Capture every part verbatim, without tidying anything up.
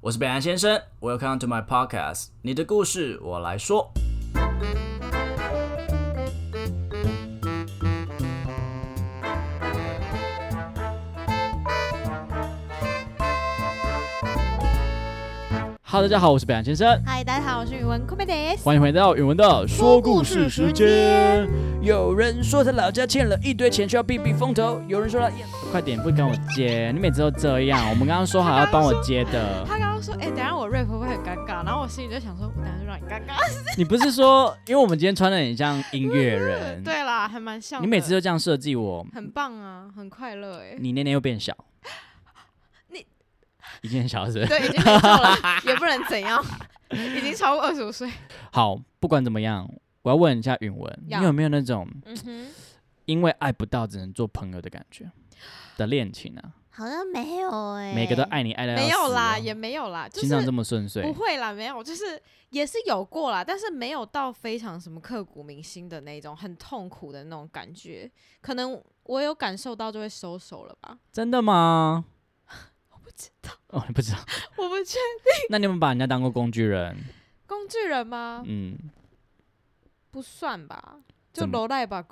我是北岸先生 ，Welcome to my podcast， 你的故事我来说。Hello， 大家好，我是北岸先生。 嗨，大家好，我是宇文 Comedy， 欢迎回到宇文的说故事时间。有人说他老家欠了一堆钱，需要避避风头。有人说他，快点，不跟我接，你每次都这样。我们刚刚说好要帮我接的。 他刚刚说，哎、欸，等一下我 rap 会不会很尴尬？然后我心里就想说，我等一下就让你尴尬。 你不是说，因为我们今天穿的很像音乐人？ 对啦，还蛮像的。 你每次都这样设计我， 很棒啊，很快乐哎。 你年年又变小。 你已经很小了是不是？ 对，已经没救了，也不能怎样，已经超过二十五岁。 好，不管怎么样，我要问一下允文，你有没有那种、嗯、因为爱不到只能做朋友的感觉的恋情啊？ 好像没有哎、欸， 每个都爱你爱到要死、哦、 没有啦，也没有啦，就是经常这么顺遂， 不会啦，没有，就是也是有过啦，但是没有到非常什么刻骨铭心的那种，很痛苦的那种感觉。可能我有感受到就会收手了吧？ 真的吗？ 我不知道哦，你不知道？ 我不确定。 那你有没有把人家当过工具人？ 工具人吗？嗯，不算吧，就罗赖吧，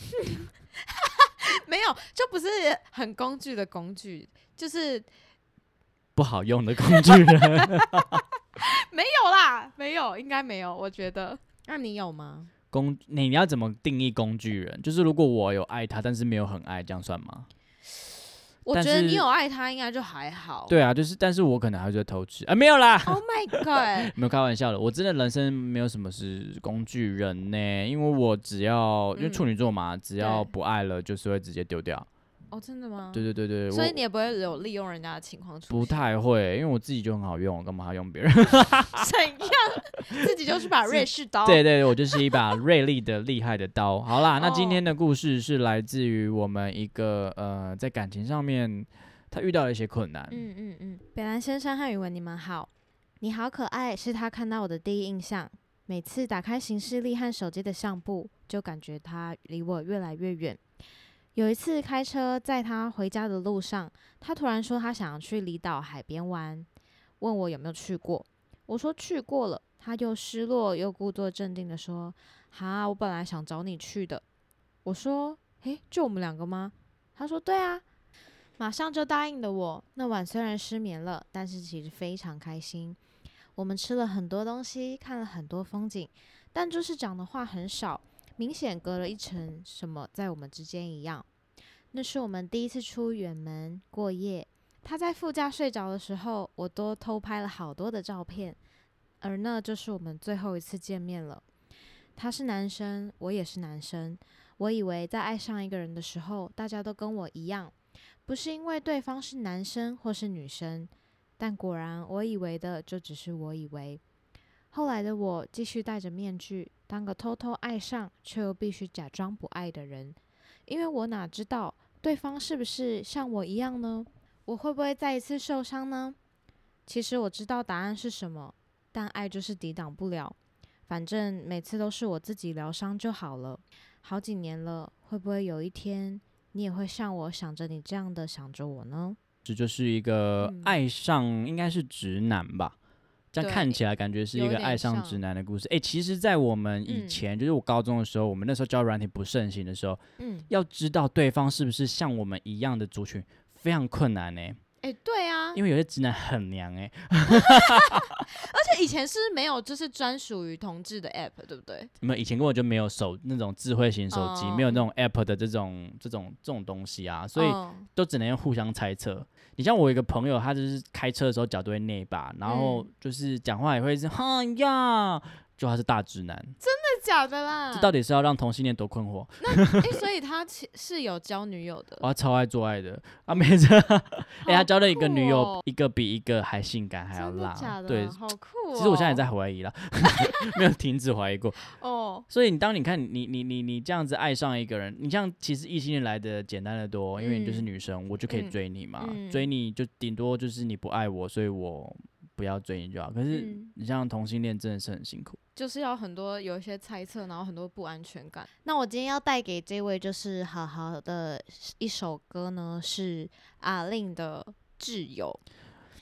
没有，就不是很工具的工具，就是不好用的工具人。 没有啦，没有，应该没有，我觉得。那你有吗？ 工，你要怎么定义工具人？就是如果我有爱他，但是没有很爱，这样算吗？ 我觉得你有爱他，应该就还好。 对啊，就是，但是我可能还会偷吃啊，没有啦。 Oh my god！ 没有开玩笑的，我真的人生没有什么是工具人呢，因为我只要、嗯、因为处女座嘛，只要不爱了，就是会直接丢掉。 哦，真的吗？ 对对对对， 所以你也不会有利用人家的情况出现？ 不太会，因为我自己就很好用，我干嘛要用别人？ 怎样？自己就是把瑞士刀。 对对，我就是一把锐利的厉害的刀。好啦，那今天的故事是来自于我们一个呃，在感情上面他遇到了一些困难。 嗯嗯嗯，北兰先生和宇文，你们好。你好可爱，是他看到我的第一印象。每次打开行事历和手机的相簿，就感觉他离我越来越远。有一次开车载他回家的路上，他突然说他想要去离岛海边玩，问我有没有去过。我说去过了，他又失落又故作镇定的说：哈，我本来想找你去的。我说：诶，就我们两个吗？他说：对啊。马上就答应了我。那晚虽然失眠了，但是其实非常开心。我们吃了很多东西，看了很多风景，但就是讲的话很少，明显隔了一层什么在我们之间一样。那是我们第一次出远门过夜，他在副驾睡着的时候，我都偷拍了好多的照片，而那就是我们最后一次见面了。他是男生，我也是男生。我以为在爱上一个人的时候，大家都跟我一样，不是因为对方是男生或是女生，但果然我以为的就只是我以为。后来的我继续戴着面具，当个偷偷爱上却又必须假装不爱的人，因为我哪知道对方是不是像我一样呢？我会不会再一次受伤呢？其实我知道答案是什么，但爱就是抵挡不了。反正每次都是我自己疗伤就好了。好几年了，会不会有一天你也会像我想着你这样的想着我呢？ 这就是一个爱上、嗯、应该是直男吧，这样看起来感觉是一个爱上直男的故事。哎、欸，其实在我们以前、嗯、就是我高中的时候，我们那时候交友软体不盛行的时候、嗯、要知道对方是不是像我们一样的族群非常困难呢、欸。 哎、欸，对啊， 因为有些直男很娘哎、欸， 而且以前是没有就是专属于同志的 app， 对不对？ 没有，以前根本就没有手那种智慧型手机， oh. 没有那种 app 的这种这种这种东西啊，所以都只能用互相猜测。你像我有一个朋友，他就是开车的时候脚都会内八，然后就是讲话也会是哈呀，就他是大直男。 真的假的啦？ 这到底是要让同性恋多困惑？ 那哎、欸，所以他是有交女友的。 他超爱做爱的啊，没错。哎、欸，他交了一个女友，一个比一个还性感还要辣。 真的假的？ 对， 好酷哦。 其实我现在也在怀疑啦，没有停止怀疑过。哦。所以你当你看你你你你这样子爱上一个人，你像其实异性恋来的简单的多，因为你就是女生，嗯、我就可以追你嘛，嗯、追你就顶多就是你不爱我，所以我不要追你就好。可是你像同性恋真的是很辛苦。 就是要很多有一些猜测，然后很多不安全感。那我今天要带给这位就是好好的一首歌呢，是阿令的挚友。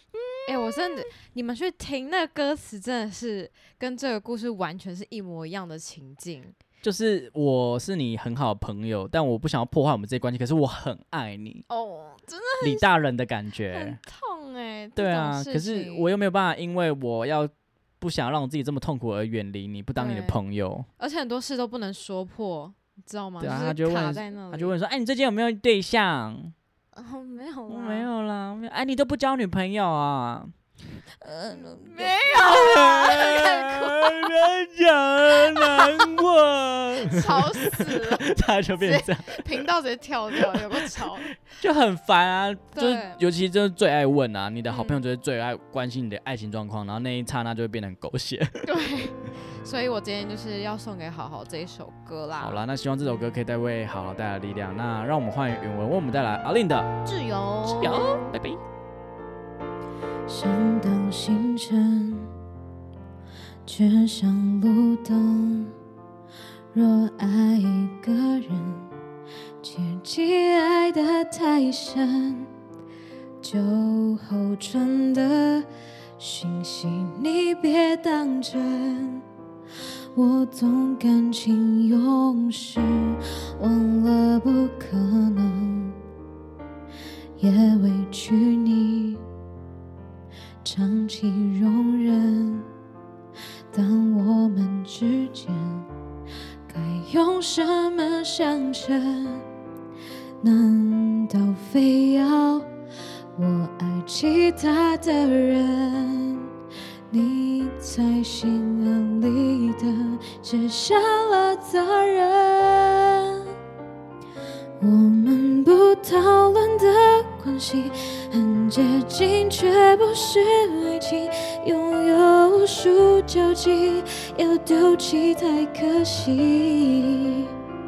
哎、欸，我真的，你们去听那个歌词，真的是跟这个故事完全是一模一样的情境。 就是我是你很好的朋友，但我不想要破坏我们这些关系，可是我很爱你。 哦，真的李大人的感觉， 很痛哎、欸。 对啊，可是我又没有办法，因为我要不想让我自己这么痛苦而远离你，不当你的朋友。 而且很多事都不能说破，你知道吗？ 对啊， 就是他就问，他就问说：“哎、欸，你最近有没有对象？” 哦，没有啦，我没有啦，没有。哎，你都不交女朋友啊？ 呃，没有啦， 别讲了，难过， 吵死了， 他就变这样， 频道直接跳掉，有个吵， 就很烦啊。就是尤其就是最爱问啊，你的好朋友就是最爱关心你的爱情状况，然后那一刹那就会变得很狗血。 对，所以我今天就是要送给好好这一首歌啦。 好啦，那希望这首歌可以带为好好带来力量。那让我们欢迎允文为我们带来阿令的 《自由》。 自由，拜拜。 想当星辰，却像路灯。若爱一个人，切忌爱得太深。酒后传的讯息，你别当真。我总感情用事，忘了不可能，也委屈你。长期容忍，但我们之间该用什么相称？难道非要我爱其他的人，你才心安理得卸下了责任？我们不讨论的关系很接近，却不是爱情。拥有无数交集，要丢弃太可惜。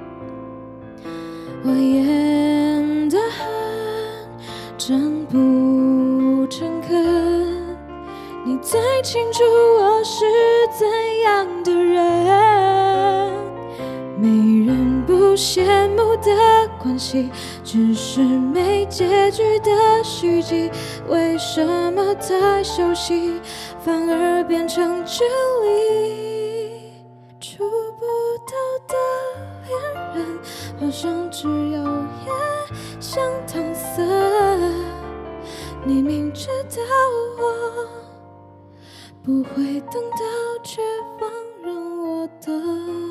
我演得很真不诚恳，你最清楚我是怎样的人。没人不羡慕的关系，只是没结局的续集。为什么太熟悉，反而变成距离？触不到的恋人，好像只有夜像搪塞。你明知道我不会等到，却放任我的。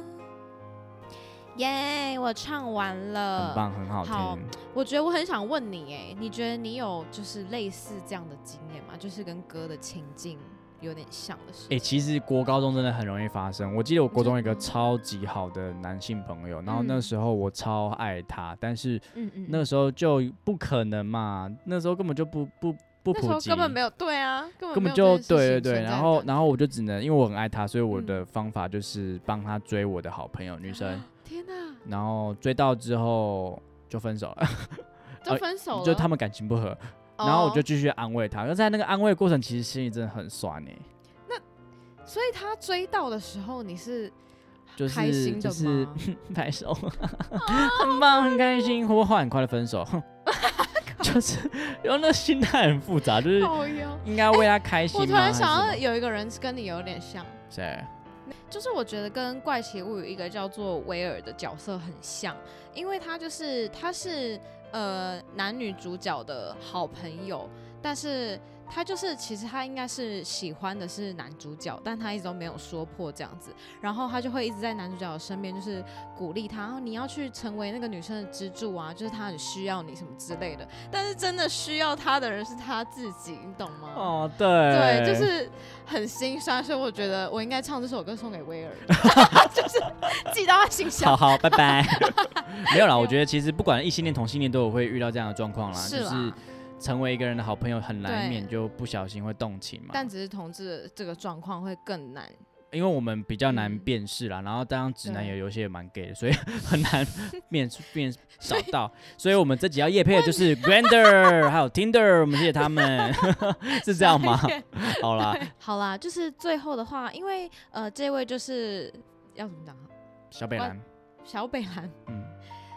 耶、yeah, 我唱完了， 很棒，很好听。 好，我觉得我很想问你，哎，你觉得你有就是类似这样的经验吗？就是跟歌的情境有点像的事。 哎、欸，其实国高中真的很容易发生。我记得我国中有一个超级好的男性朋友，然后那时候我超爱他，嗯、但是那时候就不可能嘛，那时候根本就不不不普及， 那时候根本没有，对啊，根本, 根本就对对对。然后然后我就只能，因为我很爱他，所以我的方法就是帮他追我的好朋友、嗯、女生。 天哪！ 然后追到之后就分手了， 就分手了， 就他们感情不合。然后我就继续安慰他，可是在那个安慰的过程，其实心里真的很酸哎、欸。 那所以他追到的时候，你是开心的吗？ 就是拍手，很棒，很开心，会不会很快的分手？就是然后那心态很复杂，就是应该为他开心吗、欸？ 我突然想到有一个人跟你有点像， 谁？ 就是我觉得跟《怪奇物语》一个叫做威尔的角色很像，因为他就是他是呃男女主角的好朋友，但是他就是其实他应该是喜欢的是男主角，但他一直都没有说破这样子，然后他就会一直在男主角的身边，就是鼓励他，然后你要去成为那个女生的支柱啊，就是他很需要你什么之类的。但是真的需要他的人是他自己，你懂吗？ 哦，对， 对，就是很心酸，所以我觉得我应该唱这首歌送给威尔，就是寄到他心上。 好好，拜拜。没有啦，我觉得其实不管异性恋、同性恋都有会遇到这样的状况啦， 是啦。 就是成为一个人的好朋友很难免就不小心会动情嘛， 但只是同志的这个状况会更难， 因为我们比较难辨识啦、嗯、然后当然直男也有些也蛮 gay 的，所以很难辨辨找到，所以我们这集要业配的就是 Grindr 还有 Tinder， 我们谢谢他们。是这样吗？好啦好啦，就是最后的话，因为呃这位就是要怎么讲， 小北兰， 小北兰， 嗯，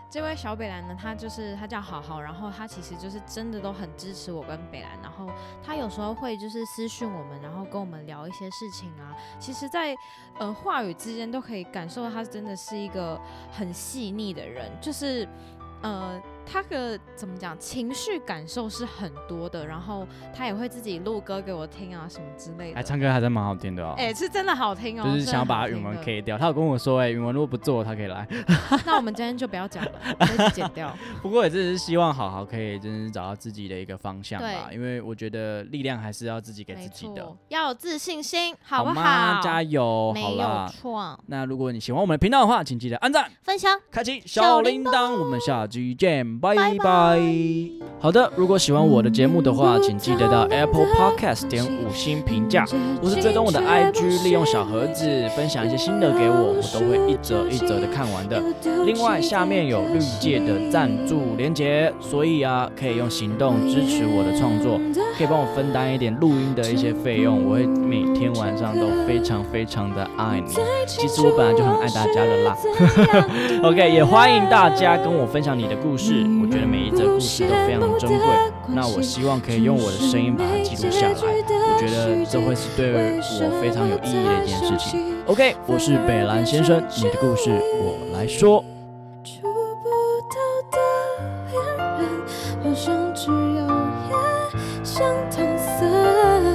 这位小北兰呢，他就是他叫好好，然后他其实就是真的都很支持我跟北兰，然后他有时候会就是私讯我们，然后跟我们聊一些事情啊。其实在，在呃话语之间都可以感受到他真的是一个很细腻的人，就是呃。他的怎么讲，情绪感受是很多的，然后他也会自己录歌给我听啊，什么之类的。 哎，唱歌还真蛮好听的哦。 哎、欸，是真的好听哦。 就是想要把允文 K 掉。他有跟我说，哎、欸，允文如果不做，他可以来。 那我们今天就不要讲了，这集剪掉。 不过也真的是希望好好可以，真是找到自己的一个方向吧。因为我觉得力量还是要自己给自己的， 要有自信心，好不好？ 好吗？加油！ 没有错。 那如果你喜欢我们的频道的话，请记得按赞、 分享、 开启小铃铛。我们下集见，拜拜。拜拜。好的，如果喜欢我的节目的话，请记得到 Apple Podcast 点五星评价，或是追踪我的 I G， 利用小盒子分享一些心得给我，我都会一则一则的看完的。另外，下面有绿界的赞助连结，所以啊，可以用行动支持我的创作，可以帮我分担一点录音的一些费用，我会每天晚上都非常非常的爱你。其实我本来就很爱大家了啦。OK， 也欢迎大家跟我分享你的故事，我觉得每一则故事都非常的珍贵，那我希望可以用我的声音把它记录下来，我觉得这会是对我非常有意义的一件事情。 OK， 我是北兰先生，你的故事我来说。 触不到的恋人，好像只有夜像搪塞，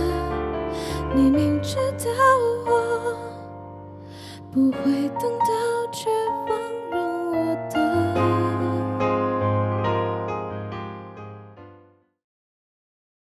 你明知道我不会等到